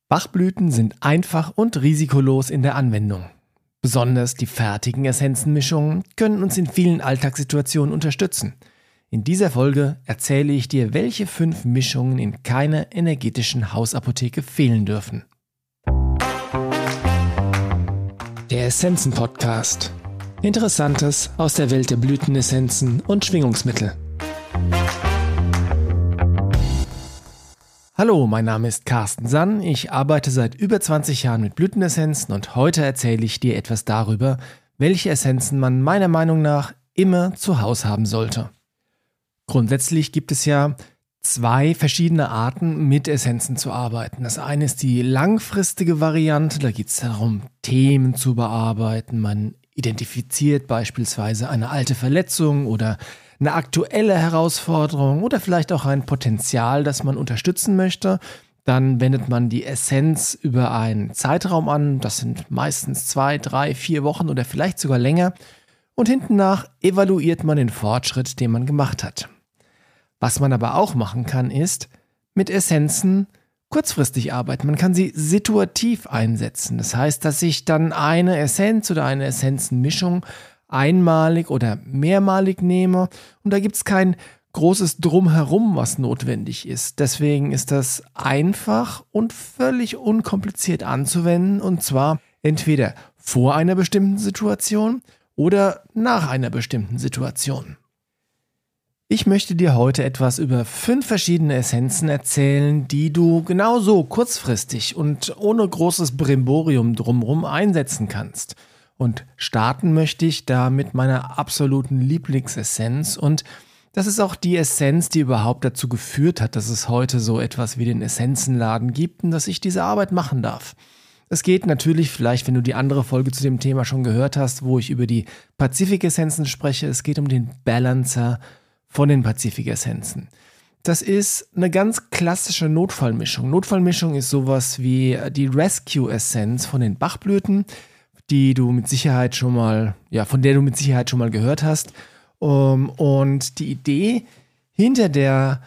Bachblüten sind einfach und risikolos in der Anwendung. Besonders die fertigen Essenzenmischungen können uns in vielen Alltagssituationen unterstützen. In dieser Folge erzähle ich dir, welche 5 Mischungen in keiner energetischen Hausapotheke fehlen dürfen. Der Essenzen-Podcast. Interessantes aus der Welt der Blütenessenzen und Schwingungsmittel. Hallo, mein Name ist Carsten Sann, ich arbeite seit über 20 Jahren mit Blütenessenzen und heute erzähle ich dir etwas darüber, welche Essenzen man meiner Meinung nach immer zu Hause haben sollte. Grundsätzlich gibt es ja 2 verschiedene Arten, mit Essenzen zu arbeiten. Das eine ist die langfristige Variante, da geht es darum, Themen zu bearbeiten. Man identifiziert beispielsweise eine alte Verletzung oder eine aktuelle Herausforderung oder vielleicht auch ein Potenzial, das man unterstützen möchte. Dann wendet man die Essenz über einen Zeitraum an. Das sind meistens 2, 3, 4 Wochen oder vielleicht sogar länger. Und hintennach evaluiert man den Fortschritt, den man gemacht hat. Was man aber auch machen kann, ist mit Essenzen kurzfristig arbeiten. Man kann sie situativ einsetzen. Das heißt, dass ich dann eine Essenz oder eine Essenzenmischung einmalig oder mehrmalig nehme und da gibt es kein großes Drumherum, was notwendig ist. Deswegen ist das einfach und völlig unkompliziert anzuwenden und zwar entweder vor einer bestimmten Situation oder nach einer bestimmten Situation. Ich möchte dir heute etwas über 5 verschiedene Essenzen erzählen, die du genauso kurzfristig und ohne großes Brimborium drumherum einsetzen kannst. Und starten möchte ich da mit meiner absoluten Lieblingsessenz und das ist auch die Essenz, die überhaupt dazu geführt hat, dass es heute so etwas wie den Essenzenladen gibt und dass ich diese Arbeit machen darf. Es geht natürlich, vielleicht wenn du die andere Folge zu dem Thema schon gehört hast, wo ich über die Pazifik-Essenzen spreche, es geht um den Balancer von den Pazifik-Essenzen. Das ist eine ganz klassische Notfallmischung. Notfallmischung ist sowas wie die Rescue-Essenz von den Bachblüten, die du mit Sicherheit schon mal, von der du mit Sicherheit schon mal gehört hast. Und die Idee hinter der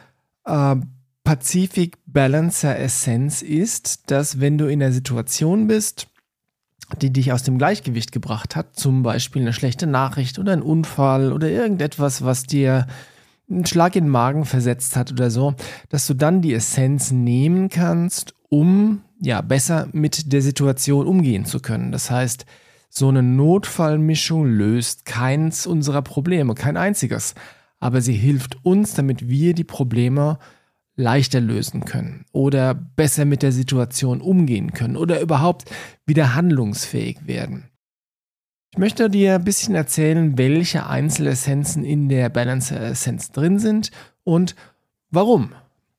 Pazifik Balancer Essenz ist, dass wenn du in einer Situation bist, die dich aus dem Gleichgewicht gebracht hat, zum Beispiel eine schlechte Nachricht oder ein Unfall oder irgendetwas, was dir einen Schlag in den Magen versetzt hat oder so, dass du dann die Essenz nehmen kannst, um besser mit der Situation umgehen zu können. Das heißt, so eine Notfallmischung löst keins unserer Probleme, kein einziges. Aber sie hilft uns, damit wir die Probleme leichter lösen können oder besser mit der Situation umgehen können oder überhaupt wieder handlungsfähig werden. Ich möchte dir ein bisschen erzählen, welche Einzelessenzen in der Balancer-Essenz drin sind und warum.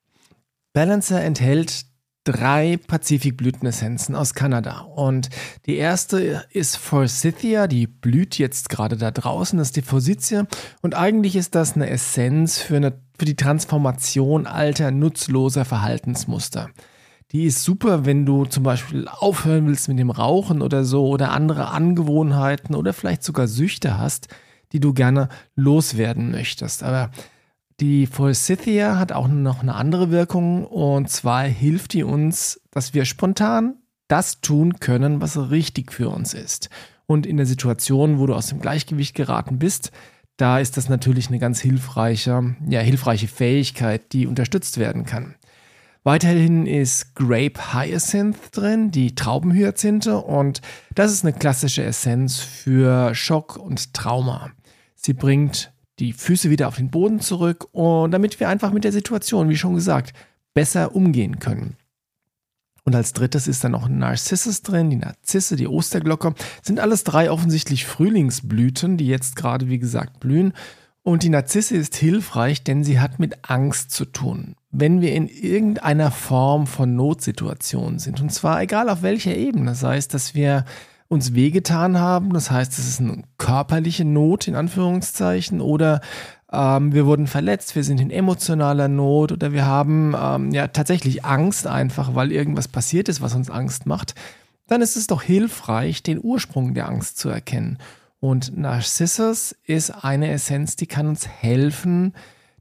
Balancer enthält 3 Pazifikblütenessenzen aus Kanada und die erste ist Forsythia, die blüht jetzt gerade da draußen, das ist die Forsythia und eigentlich ist das eine Essenz für die Transformation alter, nutzloser Verhaltensmuster. Die ist super, wenn du zum Beispiel aufhören willst mit dem Rauchen oder so oder andere Angewohnheiten oder vielleicht sogar Süchte hast, die du gerne loswerden möchtest. Aber die Forsythia hat auch noch eine andere Wirkung und zwar hilft die uns, dass wir spontan das tun können, was richtig für uns ist. Und in der Situation, wo du aus dem Gleichgewicht geraten bist, da ist das natürlich eine ganz hilfreiche Fähigkeit, die unterstützt werden kann. Weiterhin ist Grape Hyacinth drin, die Traubenhyazinthe und das ist eine klassische Essenz für Schock und Trauma. Sie bringt die Füße wieder auf den Boden zurück und damit wir einfach mit der Situation, wie schon gesagt, besser umgehen können. Und als drittes ist dann noch ein Narcissus drin, die Narzisse, die Osterglocke. Sind alles 3 offensichtlich Frühlingsblüten, die jetzt gerade, wie gesagt, blühen. Und die Narzisse ist hilfreich, denn sie hat mit Angst zu tun. Wenn wir in irgendeiner Form von Notsituation sind, und zwar egal auf welcher Ebene, das heißt, dass wir uns wehgetan haben, das heißt, es ist eine körperliche Not in Anführungszeichen oder wir wurden verletzt, wir sind in emotionaler Not oder wir haben tatsächlich Angst einfach, weil irgendwas passiert ist, was uns Angst macht, dann ist es doch hilfreich, den Ursprung der Angst zu erkennen. Und Narcissus ist eine Essenz, die kann uns helfen,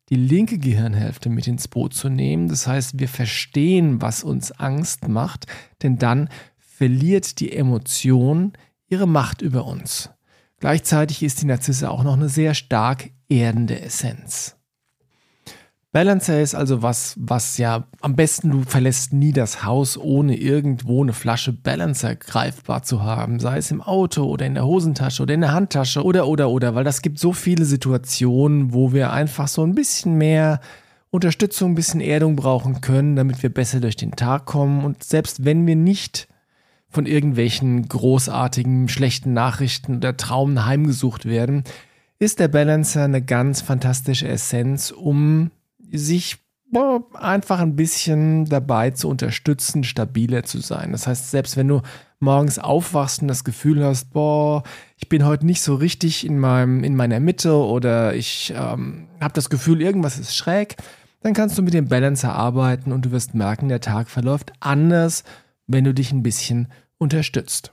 die linke Gehirnhälfte mit ins Boot zu nehmen. Das heißt, wir verstehen, was uns Angst macht, denn dann verliert die Emotion ihre Macht über uns. Gleichzeitig ist die Narzisse auch noch eine sehr stark erdende Essenz. Balancer ist also was ja am besten, du verlässt nie das Haus, ohne irgendwo eine Flasche Balancer greifbar zu haben. Sei es im Auto oder in der Hosentasche oder in der Handtasche oder, weil das gibt so viele Situationen, wo wir einfach so ein bisschen mehr Unterstützung, ein bisschen Erdung brauchen können, damit wir besser durch den Tag kommen. Und selbst wenn wir nicht von irgendwelchen großartigen, schlechten Nachrichten oder Traumen heimgesucht werden, ist der Balancer eine ganz fantastische Essenz, um sich einfach ein bisschen dabei zu unterstützen, stabiler zu sein. Das heißt, selbst wenn du morgens aufwachst und das Gefühl hast, ich bin heute nicht so richtig in meiner Mitte oder ich habe das Gefühl, irgendwas ist schräg, dann kannst du mit dem Balancer arbeiten und du wirst merken, der Tag verläuft anders, wenn du dich ein bisschen unterstützt.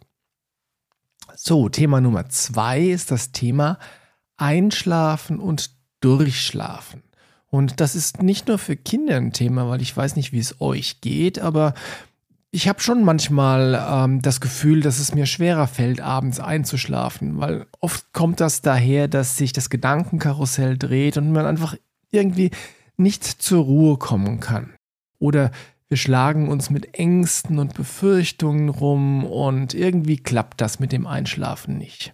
So, Thema Nummer 2 ist das Thema Einschlafen und Durchschlafen. Und das ist nicht nur für Kinder ein Thema, weil ich weiß nicht, wie es euch geht, aber ich habe schon manchmal das Gefühl, dass es mir schwerer fällt, abends einzuschlafen, weil oft kommt das daher, dass sich das Gedankenkarussell dreht und man einfach irgendwie nicht zur Ruhe kommen kann. Oder wir schlagen uns mit Ängsten und Befürchtungen rum und irgendwie klappt das mit dem Einschlafen nicht.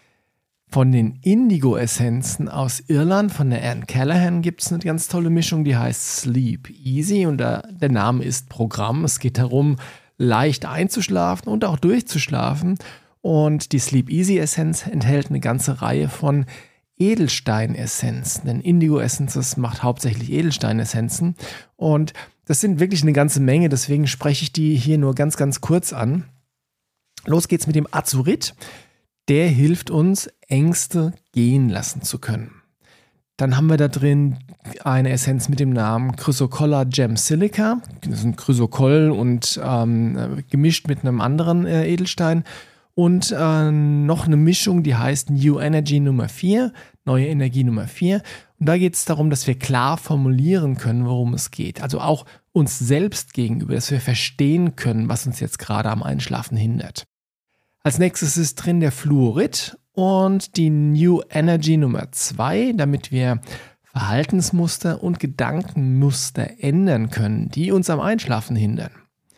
Von den Indigo-Essenzen aus Irland, von der Anne Callahan, gibt es eine ganz tolle Mischung, die heißt Sleep Easy und der Name ist Programm. Es geht darum, leicht einzuschlafen und auch durchzuschlafen. Und die Sleep Easy Essenz enthält eine ganze Reihe von Edelsteinessenzen. Denn Indigo Essences macht hauptsächlich Edelsteinessenzen. Und das sind wirklich eine ganze Menge, deswegen spreche ich die hier nur ganz, ganz kurz an. Los geht's mit dem Azurit. Der hilft uns, Ängste gehen lassen zu können. Dann haben wir da drin eine Essenz mit dem Namen Chrysocolla Gem Silica. Das ist ein Chrysocoll und gemischt mit einem anderen Edelstein. Und noch eine Mischung, die heißt New Energy Nummer 4, neue Energie Nummer 4. Und da geht es darum, dass wir klar formulieren können, worum es geht. Also auch uns selbst gegenüber, dass wir verstehen können, was uns jetzt gerade am Einschlafen hindert. Als nächstes ist drin der Fluorid und die New Energy Nummer 2, damit wir Verhaltensmuster und Gedankenmuster ändern können, die uns am Einschlafen hindern.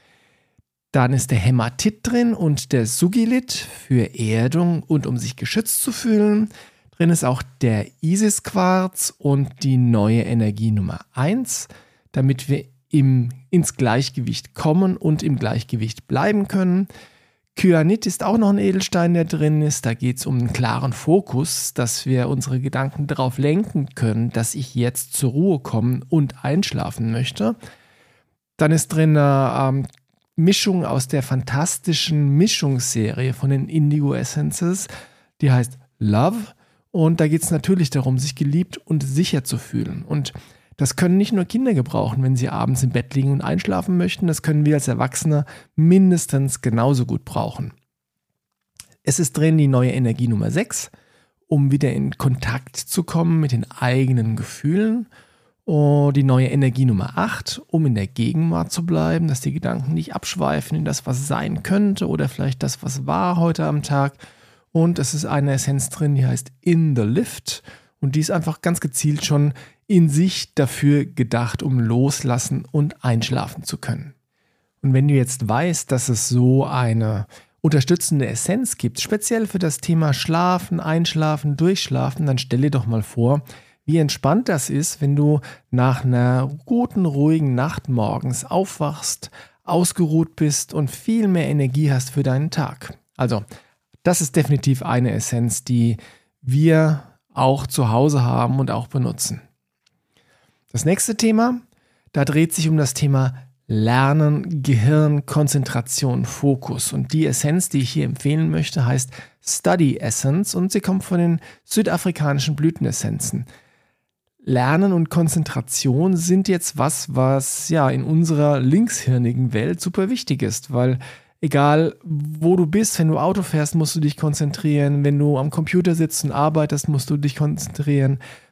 Dann ist der Hämatit drin und der Sugilit für Erdung und um sich geschützt zu fühlen. Drin ist auch der Isis-Quarz und die neue Energie Nummer 1, damit wir ins Gleichgewicht kommen und im Gleichgewicht bleiben können. Kyanit ist auch noch ein Edelstein, der drin ist. Da geht es um einen klaren Fokus, dass wir unsere Gedanken darauf lenken können, dass ich jetzt zur Ruhe kommen und einschlafen möchte. Dann ist drin eine Mischung aus der fantastischen Mischungsserie von den Indigo Essences, die heißt Love. Und da geht es natürlich darum, sich geliebt und sicher zu fühlen. Und das können nicht nur Kinder gebrauchen, wenn sie abends im Bett liegen und einschlafen möchten. Das können wir als Erwachsene mindestens genauso gut brauchen. Es ist drin die neue Energie Nummer 6, um wieder in Kontakt zu kommen mit den eigenen Gefühlen. Und die neue Energie Nummer 8, um in der Gegenwart zu bleiben, dass die Gedanken nicht abschweifen in das, was sein könnte oder vielleicht das, was war heute am Tag. Und es ist eine Essenz drin, die heißt In the Lift. Und die ist einfach ganz gezielt schon in sich dafür gedacht, um loslassen und einschlafen zu können. Und wenn du jetzt weißt, dass es so eine unterstützende Essenz gibt, speziell für das Thema Schlafen, Einschlafen, Durchschlafen, dann stell dir doch mal vor, wie entspannt das ist, wenn du nach einer guten, ruhigen Nacht morgens aufwachst, ausgeruht bist und viel mehr Energie hast für deinen Tag. Also, das ist definitiv eine Essenz, die wir auch zu Hause haben und auch benutzen. Das nächste Thema, da dreht sich um das Thema Lernen, Gehirn, Konzentration, Fokus. Und die Essenz, die ich hier empfehlen möchte, heißt Study Essence und sie kommt von den südafrikanischen Blütenessenzen. Lernen und Konzentration sind jetzt was ja in unserer linkshirnigen Welt super wichtig ist, weil egal wo du bist, wenn du Auto fährst, musst du dich konzentrieren, wenn du am Computer sitzt und arbeitest, musst du dich konzentrieren.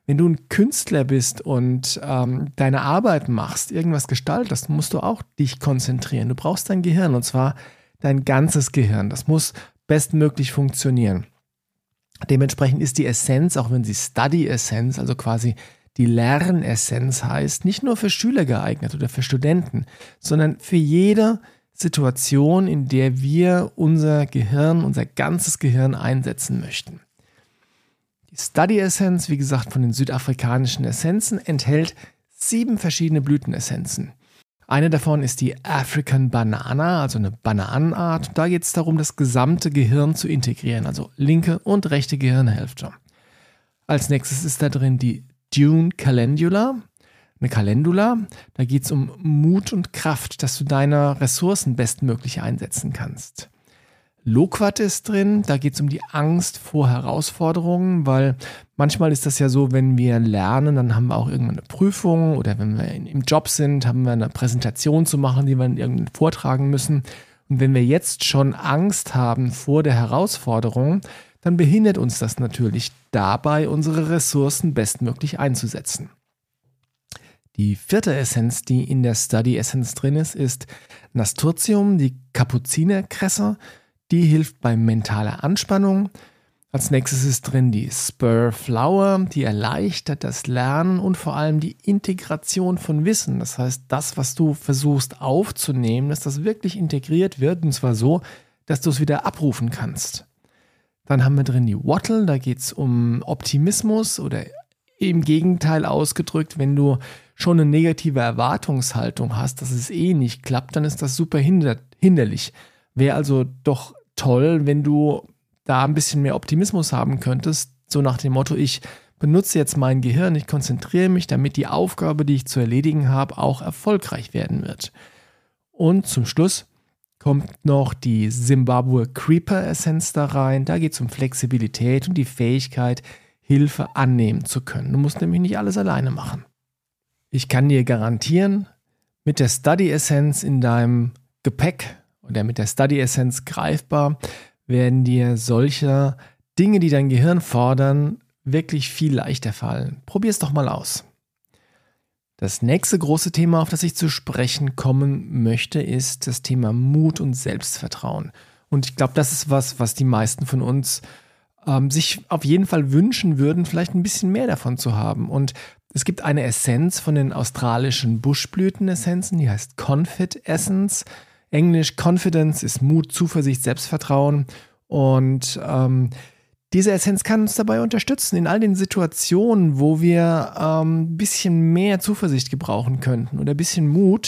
Wenn du ein Künstler bist und deine Arbeit machst, irgendwas gestaltest, musst du auch dich konzentrieren. Du brauchst dein Gehirn, und zwar dein ganzes Gehirn. Das muss bestmöglich funktionieren. Dementsprechend ist die Essenz, auch wenn sie Study Essenz, also quasi die Lernessenz heißt, nicht nur für Schüler geeignet oder für Studenten, sondern für jede Situation, in der wir unser Gehirn, unser ganzes Gehirn einsetzen möchten. Die Study-Essenz, wie gesagt, von den südafrikanischen Essenzen, enthält 7 verschiedene Blütenessenzen. Eine davon ist die African Banana, also eine Bananenart. Da geht es darum, das gesamte Gehirn zu integrieren, also linke und rechte Gehirnhälfte. Als nächstes ist da drin die Dune Calendula, eine Calendula. Da geht es um Mut und Kraft, dass du deine Ressourcen bestmöglich einsetzen kannst. Loquat ist drin, da geht es um die Angst vor Herausforderungen, weil manchmal ist das ja so, wenn wir lernen, dann haben wir auch irgendwann eine Prüfung oder wenn wir im Job sind, haben wir eine Präsentation zu machen, die wir irgendwann vortragen müssen. Und wenn wir jetzt schon Angst haben vor der Herausforderung, dann behindert uns das natürlich dabei, unsere Ressourcen bestmöglich einzusetzen. Die 4. Essenz, die in der Study-Essenz drin ist Nasturtium, die Kapuzinerkresse. Die hilft bei mentaler Anspannung. Als nächstes ist drin die Spur Flower, die erleichtert das Lernen und vor allem die Integration von Wissen. Das heißt, das, was du versuchst aufzunehmen, dass das wirklich integriert wird, und zwar so, dass du es wieder abrufen kannst. Dann haben wir drin die Wattle, da geht es um Optimismus oder im Gegenteil ausgedrückt, wenn du schon eine negative Erwartungshaltung hast, dass es nicht klappt, dann ist das super hinderlich. Wäre also doch toll, wenn du da ein bisschen mehr Optimismus haben könntest, so nach dem Motto, ich benutze jetzt mein Gehirn, ich konzentriere mich, damit die Aufgabe, die ich zu erledigen habe, auch erfolgreich werden wird. Und zum Schluss kommt noch die Zimbabwe Creeper Essenz da rein. Da geht es um Flexibilität und die Fähigkeit, Hilfe annehmen zu können. Du musst nämlich nicht alles alleine machen. Ich kann dir garantieren, mit der Study Essenz in deinem Gepäck oder mit der Study Essenz greifbar, werden dir solche Dinge, die dein Gehirn fordern, wirklich viel leichter fallen. Probier es doch mal aus. Das nächste große Thema, auf das ich zu sprechen kommen möchte, ist das Thema Mut und Selbstvertrauen. Und ich glaube, das ist was die meisten von uns sich auf jeden Fall wünschen würden, vielleicht ein bisschen mehr davon zu haben. Und es gibt eine Essenz von den australischen Buschblütenessenzen, die heißt Confid Essence. Englisch Confidence ist Mut, Zuversicht, Selbstvertrauen. Und diese Essenz kann uns dabei unterstützen, in all den Situationen, wo wir ein bisschen mehr Zuversicht gebrauchen könnten oder ein bisschen Mut,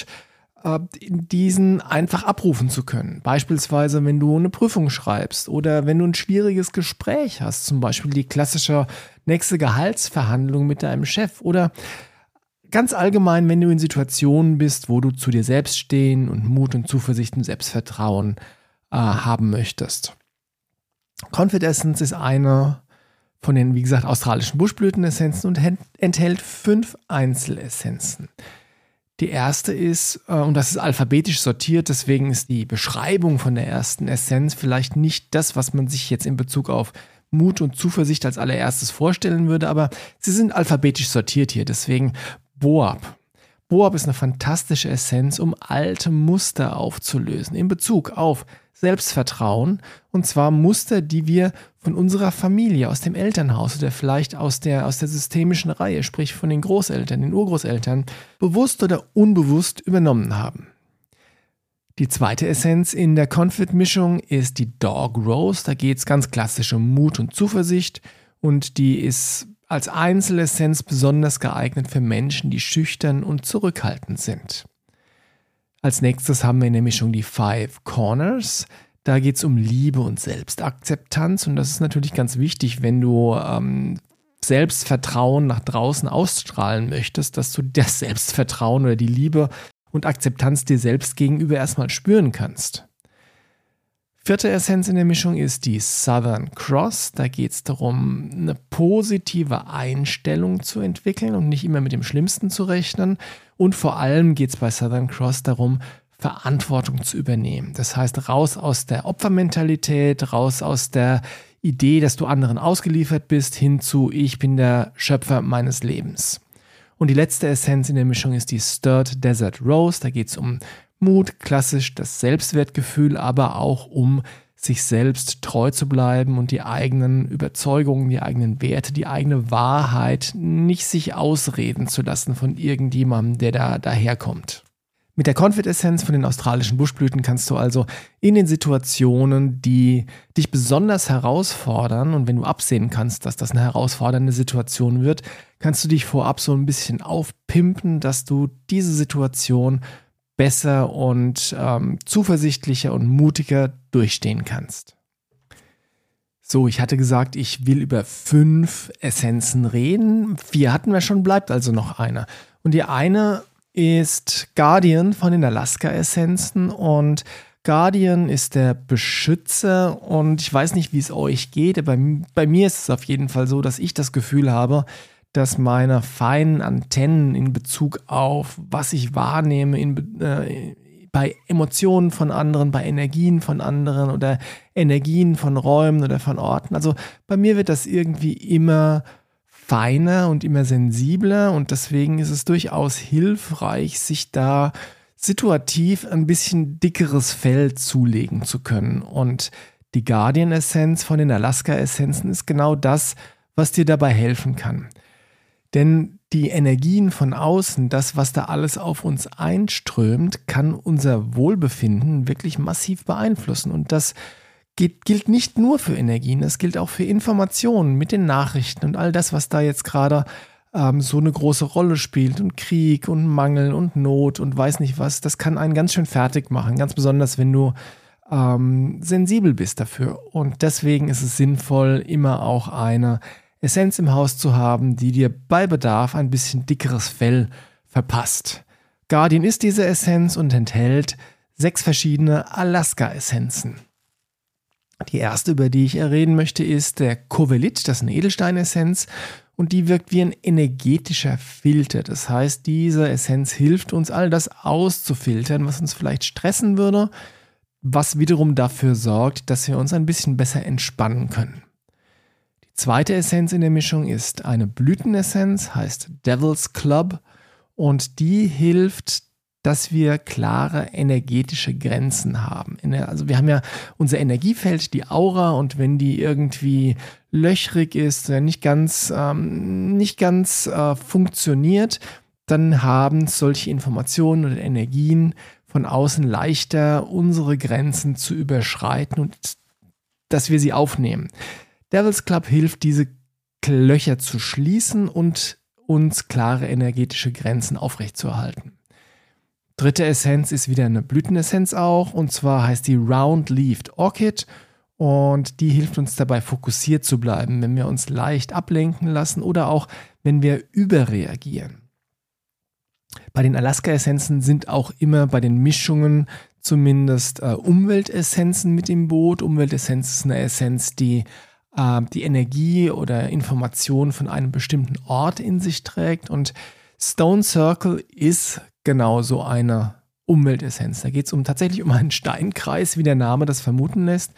diesen einfach abrufen zu können. Beispielsweise, wenn du eine Prüfung schreibst oder wenn du ein schwieriges Gespräch hast, zum Beispiel die klassische nächste Gehaltsverhandlung mit deinem Chef oder ganz allgemein, wenn du in Situationen bist, wo du zu dir selbst stehen und Mut und Zuversicht und Selbstvertrauen haben möchtest. Confid Essence ist eine von den, wie gesagt, australischen Buschblütenessenzen und enthält 5 Einzelessenzen. Die erste ist, und das ist alphabetisch sortiert, deswegen ist die Beschreibung von der ersten Essenz vielleicht nicht das, was man sich jetzt in Bezug auf Mut und Zuversicht als allererstes vorstellen würde, aber sie sind alphabetisch sortiert hier, deswegen Boab. Boab ist eine fantastische Essenz, um alte Muster aufzulösen in Bezug auf Selbstvertrauen, und zwar Muster, die wir von unserer Familie, aus dem Elternhaus oder vielleicht aus der systemischen Reihe, sprich von den Großeltern, den Urgroßeltern, bewusst oder unbewusst übernommen haben. Die zweite Essenz in der Confit-Mischung ist die Dog Rose. Da geht es ganz klassisch um Mut und Zuversicht und die ist als Einzelessenz besonders geeignet für Menschen, die schüchtern und zurückhaltend sind. Als nächstes haben wir in der Mischung die 5 Corners. Da geht es um Liebe und Selbstakzeptanz und das ist natürlich ganz wichtig, wenn du Selbstvertrauen nach draußen ausstrahlen möchtest, dass du das Selbstvertrauen oder die Liebe und Akzeptanz dir selbst gegenüber erstmal spüren kannst. 4. Essenz in der Mischung ist die Southern Cross. Da geht es darum, eine positive Einstellung zu entwickeln und nicht immer mit dem Schlimmsten zu rechnen. Und vor allem geht es bei Southern Cross darum, Verantwortung zu übernehmen. Das heißt, raus aus der Opfermentalität, raus aus der Idee, dass du anderen ausgeliefert bist, hin zu ich bin der Schöpfer meines Lebens. Und die letzte Essenz in der Mischung ist die Stirred Desert Rose. Da geht es um Mut, klassisch das Selbstwertgefühl, aber auch um sich selbst treu zu bleiben und die eigenen Überzeugungen, die eigenen Werte, die eigene Wahrheit nicht sich ausreden zu lassen von irgendjemandem, der da daherkommt. Mit der Confit-Essenz von den australischen Buschblüten kannst du also in den Situationen, die dich besonders herausfordern, und wenn du absehen kannst, dass das eine herausfordernde Situation wird, kannst du dich vorab so ein bisschen aufpimpen, dass du diese Situation besser und zuversichtlicher und mutiger durchstehen kannst. So, ich hatte gesagt, ich will über 5 Essenzen reden. 4 hatten wir schon, bleibt also noch eine. Und die eine ist Guardian von den Alaska-Essenzen, und Guardian ist der Beschützer, und ich weiß nicht, wie es euch geht, aber bei mir ist es auf jeden Fall so, dass ich das Gefühl habe, dass meine feinen Antennen in Bezug auf, was ich wahrnehme, bei Emotionen von anderen, bei Energien von anderen oder Energien von Räumen oder von Orten. Also bei mir wird das irgendwie immer feiner und immer sensibler, und deswegen ist es durchaus hilfreich, sich da situativ ein bisschen dickeres Fell zulegen zu können. Und die Guardian-Essenz von den Alaska-Essenzen ist genau das, was dir dabei helfen kann. Denn die Energien von außen, das, was da alles auf uns einströmt, kann unser Wohlbefinden wirklich massiv beeinflussen. Und das gilt nicht nur für Energien, das gilt auch für Informationen mit den Nachrichten und all das, was da jetzt gerade so eine große Rolle spielt, und Krieg und Mangel und Not und weiß nicht was. Das kann einen ganz schön fertig machen, ganz besonders, wenn du sensibel bist dafür. Und deswegen ist es sinnvoll, immer auch eine Essenz im Haus zu haben, die dir bei Bedarf ein bisschen dickeres Fell verpasst. Guardian ist diese Essenz und enthält 6 verschiedene Alaska-Essenzen. Die erste, über die ich reden möchte, ist der Covelit, das ist eine Edelsteinessenz, und die wirkt wie ein energetischer Filter. Das heißt, diese Essenz hilft uns, all das auszufiltern, was uns vielleicht stressen würde, was wiederum dafür sorgt, dass wir uns ein bisschen besser entspannen können. Die zweite Essenz in der Mischung ist eine Blütenessenz, heißt Devil's Club, und die hilft, dass wir klare energetische Grenzen haben. Also wir haben ja unser Energiefeld, die Aura, und wenn die irgendwie löchrig ist oder nicht ganz funktioniert, dann haben solche Informationen oder Energien von außen leichter, unsere Grenzen zu überschreiten und dass wir sie aufnehmen. Devil's Club hilft, diese Löcher zu schließen und uns klare energetische Grenzen aufrechtzuerhalten. Dritte Essenz ist wieder eine Blütenessenz auch, und zwar heißt die Round-Leaved Orchid, und die hilft uns dabei, fokussiert zu bleiben, wenn wir uns leicht ablenken lassen oder auch wenn wir überreagieren. Bei den Alaska-Essenzen sind auch immer bei den Mischungen zumindest Umweltessenzen mit im Boot. Umweltessenz ist eine Essenz, die die Energie oder Information von einem bestimmten Ort in sich trägt, und Stone Circle ist genau so eine Umweltessenz. Da geht es tatsächlich um einen Steinkreis, wie der Name das vermuten lässt.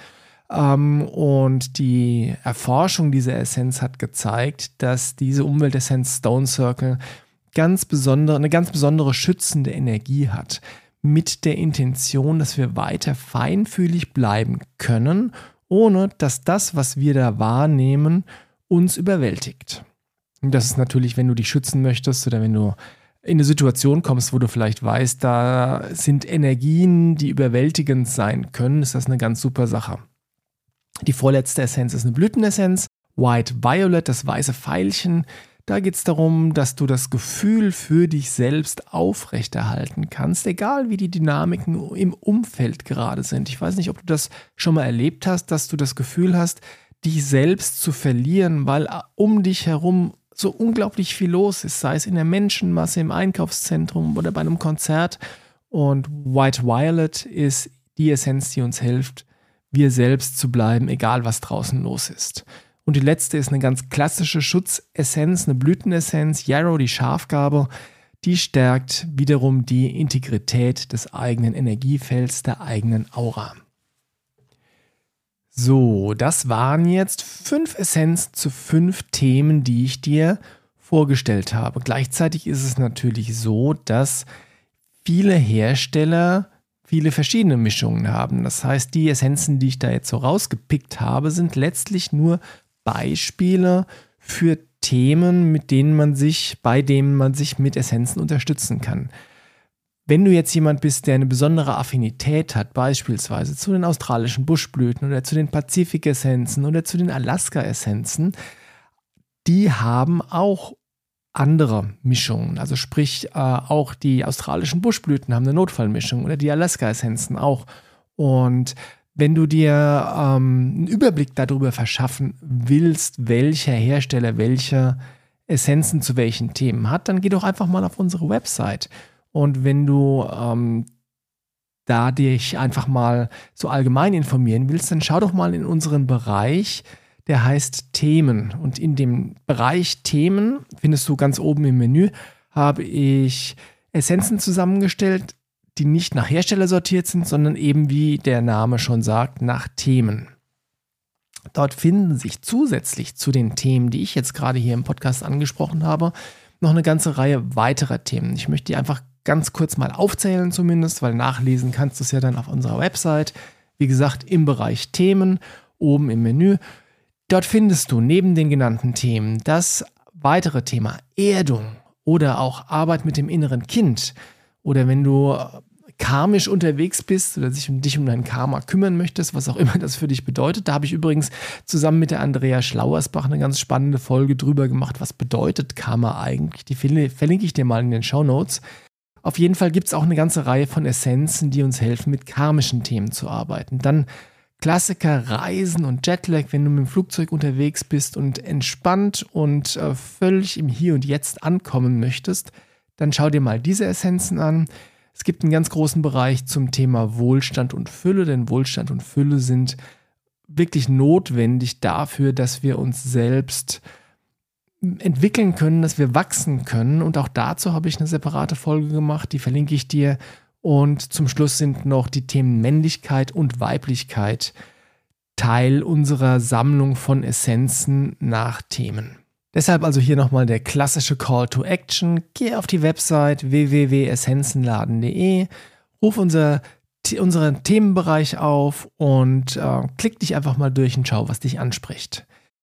Und die Erforschung dieser Essenz hat gezeigt, dass diese Umweltessenz Stone Circle eine ganz besondere schützende Energie hat, mit der Intention, dass wir weiter feinfühlig bleiben können, ohne dass das, was wir da wahrnehmen, uns überwältigt. Und das ist natürlich, wenn du dich schützen möchtest oder wenn du in eine Situation kommst, wo du vielleicht weißt, da sind Energien, die überwältigend sein können, ist das eine ganz super Sache. Die vorletzte Essenz ist eine Blütenessenz, White Violet, das weiße Veilchen. Da geht es darum, dass du das Gefühl für dich selbst aufrechterhalten kannst, egal wie die Dynamiken im Umfeld gerade sind. Ich weiß nicht, ob du das schon mal erlebt hast, dass du das Gefühl hast, dich selbst zu verlieren, weil um dich herum so unglaublich viel los ist, sei es in der Menschenmasse, im Einkaufszentrum oder bei einem Konzert. Und White Violet ist die Essenz, die uns hilft, wir selbst zu bleiben, egal was draußen los ist. Und die letzte ist eine ganz klassische Schutzessenz, eine Blütenessenz, Yarrow, die Schafgarbe. Die stärkt wiederum die Integrität des eigenen Energiefelds, der eigenen Aura. So, das waren jetzt 5 Essenzen zu 5 Themen, die ich dir vorgestellt habe. Gleichzeitig ist es natürlich so, dass viele Hersteller viele verschiedene Mischungen haben. Das heißt, die Essenzen, die ich da jetzt so rausgepickt habe, sind letztlich nur Beispiele für Themen, bei denen man sich mit Essenzen unterstützen kann. Wenn du jetzt jemand bist, der eine besondere Affinität hat, beispielsweise zu den australischen Buschblüten oder zu den Pazifik-Essenzen oder zu den Alaska-Essenzen, die haben auch andere Mischungen. Also sprich, auch die australischen Buschblüten haben eine Notfallmischung oder die Alaska-Essenzen auch. Und wenn du dir einen Überblick darüber verschaffen willst, welcher Hersteller welche Essenzen zu welchen Themen hat, dann geh doch einfach mal auf unsere Website. Und wenn du da dich einfach mal so allgemein informieren willst, dann schau doch mal in unseren Bereich, der heißt Themen. Und in dem Bereich Themen, findest du ganz oben im Menü, habe ich Essenzen zusammengestellt, die nicht nach Hersteller sortiert sind, sondern eben, wie der Name schon sagt, nach Themen. Dort finden sich zusätzlich zu den Themen, die ich jetzt gerade hier im Podcast angesprochen habe, noch eine ganze Reihe weiterer Themen. Ich möchte die einfach ganz kurz mal aufzählen zumindest, weil nachlesen kannst du es ja dann auf unserer Website. Wie gesagt, im Bereich Themen, oben im Menü. Dort findest du neben den genannten Themen das weitere Thema Erdung oder auch Arbeit mit dem inneren Kind. Oder wenn du karmisch unterwegs bist oder dich um dein Karma kümmern möchtest, was auch immer das für dich bedeutet. Da habe ich übrigens zusammen mit der Andrea Schlauersbach eine ganz spannende Folge drüber gemacht. Was bedeutet Karma eigentlich? Die verlinke ich dir mal in den Shownotes. Auf jeden Fall gibt es auch eine ganze Reihe von Essenzen, die uns helfen, mit karmischen Themen zu arbeiten. Dann Klassiker, Reisen und Jetlag, wenn du mit dem Flugzeug unterwegs bist und entspannt und völlig im Hier und Jetzt ankommen möchtest, dann schau dir mal diese Essenzen an. Es gibt einen ganz großen Bereich zum Thema Wohlstand und Fülle, denn Wohlstand und Fülle sind wirklich notwendig dafür, dass wir uns selbst entwickeln können, dass wir wachsen können. Und auch dazu habe ich eine separate Folge gemacht, die verlinke ich dir. Und zum Schluss sind noch die Themen Männlichkeit und Weiblichkeit Teil unserer Sammlung von Essenzen nach Themen. Deshalb also hier nochmal der klassische Call to Action. Geh auf die Website www.essenzenladen.de, ruf unseren Themenbereich auf und klick dich einfach mal durch und schau, was dich anspricht.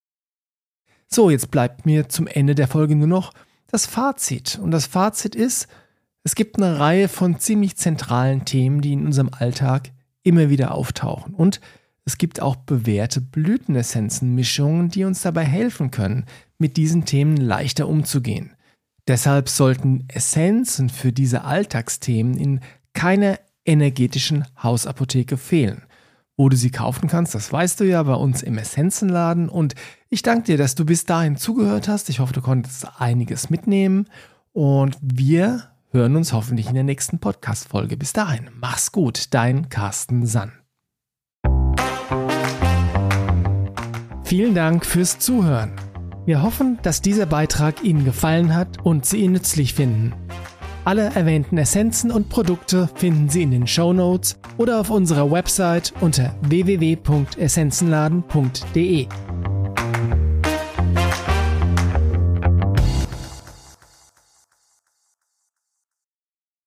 So, jetzt bleibt mir zum Ende der Folge nur noch das Fazit. Und das Fazit ist, es gibt eine Reihe von ziemlich zentralen Themen, die in unserem Alltag immer wieder auftauchen. Und es gibt auch bewährte Blütenessenzenmischungen, die uns dabei helfen können, mit diesen Themen leichter umzugehen. Deshalb sollten Essenzen für diese Alltagsthemen in keiner energetischen Hausapotheke fehlen. Wo du sie kaufen kannst, das weißt du ja, bei uns im Essenzenladen. Und ich danke dir, dass du bis dahin zugehört hast. Ich hoffe, du konntest einiges mitnehmen. Und wir hören uns hoffentlich in der nächsten Podcast-Folge. Bis dahin, mach's gut, dein Carsten Sann. Vielen Dank fürs Zuhören. Wir hoffen, dass dieser Beitrag Ihnen gefallen hat und Sie ihn nützlich finden. Alle erwähnten Essenzen und Produkte finden Sie in den Shownotes oder auf unserer Website unter www.essenzenladen.de.